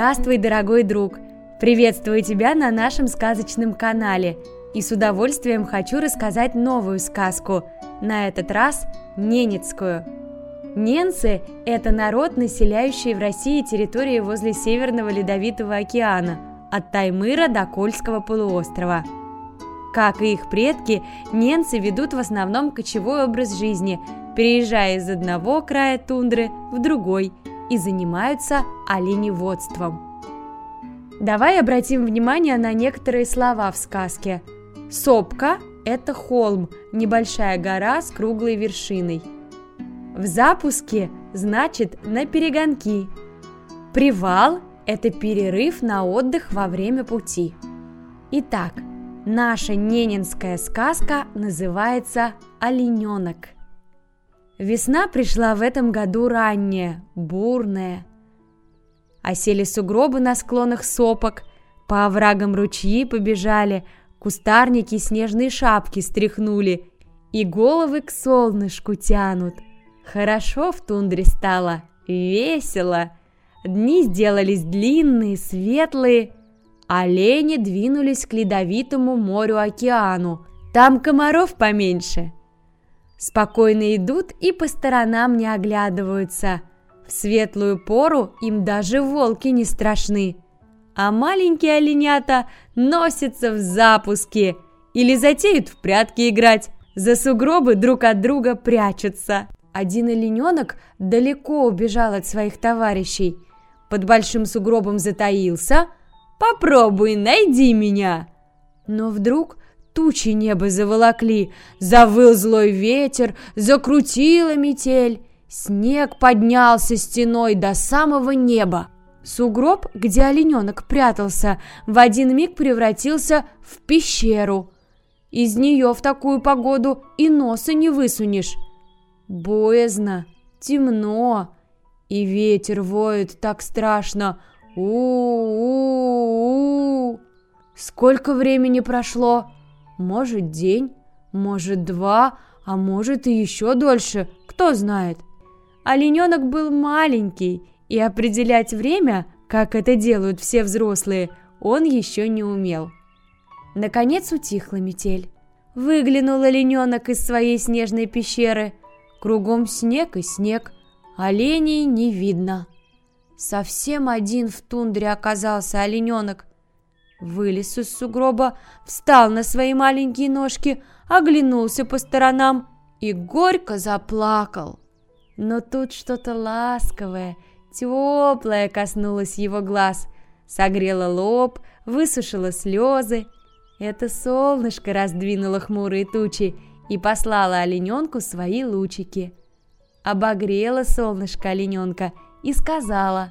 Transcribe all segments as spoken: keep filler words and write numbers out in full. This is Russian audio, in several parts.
Здравствуй, дорогой друг! Приветствую тебя на нашем сказочном канале и с удовольствием хочу рассказать новую сказку, на этот раз ненецкую. Ненцы – это народ, населяющий в России территории возле Северного Ледовитого океана, от Таймыра до Кольского полуострова. Как и их предки, ненцы ведут в основном кочевой образ жизни, переезжая из одного края тундры в другой и занимаются оленеводством. Давай обратим внимание на некоторые слова в сказке. Сопка – это холм, небольшая гора с круглой вершиной. В запуске значит на перегонки. Привал – это перерыв на отдых во время пути. Итак, наша ненецкая сказка называется «Олененок». Весна пришла в этом году ранняя, бурная. Осели сугробы на склонах сопок, по оврагам ручьи побежали, кустарники снежные шапки стряхнули и головы к солнышку тянут. Хорошо в тундре стало, весело. Дни сделались длинные, светлые. Олени двинулись к ледовитому морю-океану. Там комаров поменьше. Спокойно идут и по сторонам не оглядываются. В светлую пору им даже волки не страшны. А маленькие оленята носятся в запуске или затеют в прятки играть. За сугробы друг от друга прячутся. Один олененок далеко убежал от своих товарищей. Под большим сугробом затаился. «Попробуй, найди меня!» Но вдруг тучи небо заволокли, завыл злой ветер, закрутила метель. Снег поднялся стеной до самого неба. Сугроб, где олененок прятался, в один миг превратился в пещеру. Из нее в такую погоду и носа не высунешь. Боязно, темно, и ветер воет так страшно. У-у-у-у. Сколько времени прошло? Может, день, может, два, а может и еще дольше, кто знает. Олененок был маленький, и определять время, как это делают все взрослые, он еще не умел. Наконец утихла метель. Выглянул олененок из своей снежной пещеры. Кругом снег и снег, оленей не видно. Совсем один в тундре оказался олененок. Вылез из сугроба, встал на свои маленькие ножки, оглянулся по сторонам и горько заплакал. Но тут что-то ласковое, теплое коснулось его глаз, согрело лоб, высушило слезы. Это солнышко раздвинуло хмурые тучи и послало олененку свои лучики. Обогрело солнышко олененка и сказала: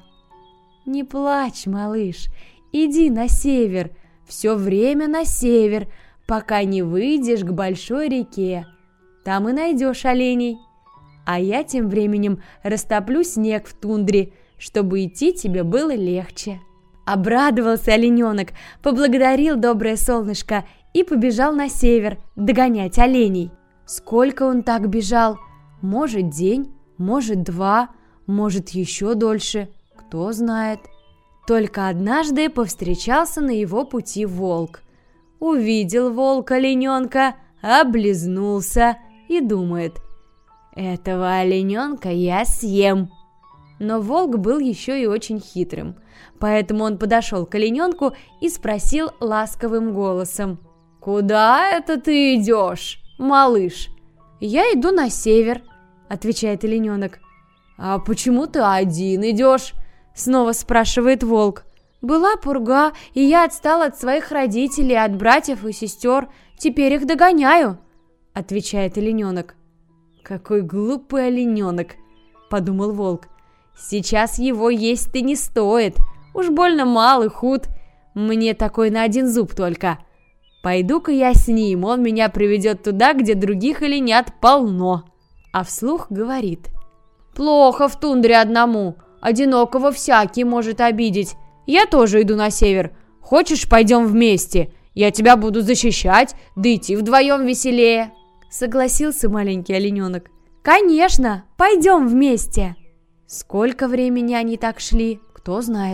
«Не плачь, малыш, иди на север, все время на север, пока не выйдешь к большой реке. Там и найдешь оленей. А я тем временем растоплю снег в тундре, чтобы идти тебе было легче». Обрадовался олененок, поблагодарил доброе солнышко и побежал на север догонять оленей. Сколько он так бежал? Может, день, может, два, может, еще дольше, кто знает. Только однажды повстречался на его пути волк. Увидел волк олененка, облизнулся и думает: «Этого олененка я съем». Но волк был еще и очень хитрым, поэтому он подошел к олененку и спросил ласковым голосом: «Куда это ты идешь, малыш?» «Я иду на север», — отвечает олененок. «А почему ты один идешь?» — снова спрашивает волк. «Была пурга, и я отстал от своих родителей, от братьев и сестер. Теперь их догоняю», — отвечает олененок. «Какой глупый олененок», — подумал волк. «Сейчас его есть-то не стоит, уж больно мал и худ. Мне такой на один зуб только. Пойду-ка я с ним, он меня приведет туда, где других оленят полно». А вслух говорит: «Плохо в тундре одному, одинокого всякий может обидеть. Я тоже иду на север. Хочешь, пойдем вместе? Я тебя буду защищать, да идти вдвоем веселее». Согласился маленький олененок. «Конечно, пойдем вместе». Сколько времени они так шли, кто знает.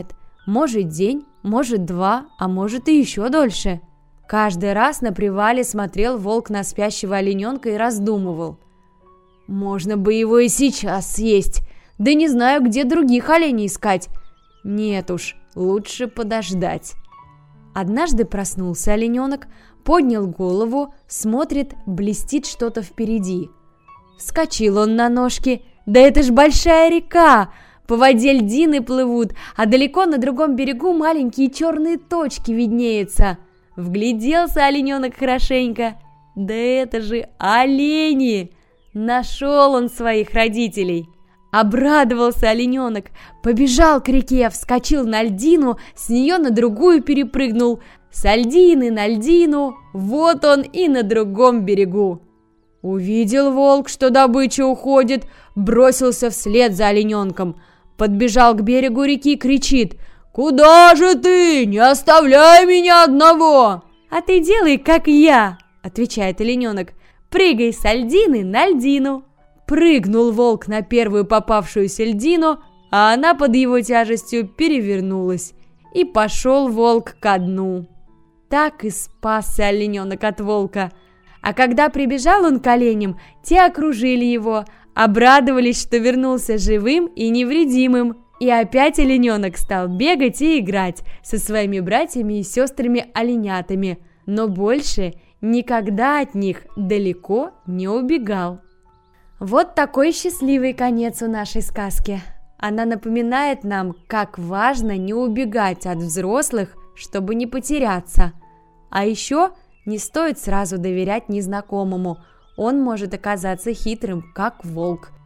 Может день, может два, а может и еще дольше. Каждый раз на привале смотрел волк на спящего олененка и раздумывал. Можно бы его и сейчас съесть, да не знаю, где других оленей искать. Нет уж, лучше подождать. Однажды проснулся олененок, поднял голову, смотрит, блестит что-то впереди. Вскочил он на ножки. Да это ж большая река! По воде льдины плывут, а далеко на другом берегу маленькие черные точки виднеются. Вгляделся олененок хорошенько. Да это же олени! Нашел он своих родителей. Обрадовался олененок, побежал к реке, вскочил на льдину, с нее на другую перепрыгнул, с льдины на льдину, вот он и на другом берегу. Увидел волк, что добыча уходит, бросился вслед за олененком, подбежал к берегу реки, кричит: «Куда же ты? Не оставляй меня одного!» «А ты делай, как я!» — отвечает олененок. «Прыгай с льдины на льдину!» Прыгнул волк на первую попавшуюся льдину, а она под его тяжестью перевернулась, и пошел волк ко дну. Так и спасся олененок от волка. А когда прибежал он к оленям, те окружили его, обрадовались, что вернулся живым и невредимым. И опять олененок стал бегать и играть со своими братьями и сестрами-оленятами, но больше никогда от них далеко не убегал. Вот такой счастливый конец у нашей сказки. Она напоминает нам, как важно не убегать от взрослых, чтобы не потеряться. А еще не стоит сразу доверять незнакомому. Он может оказаться хитрым, как волк.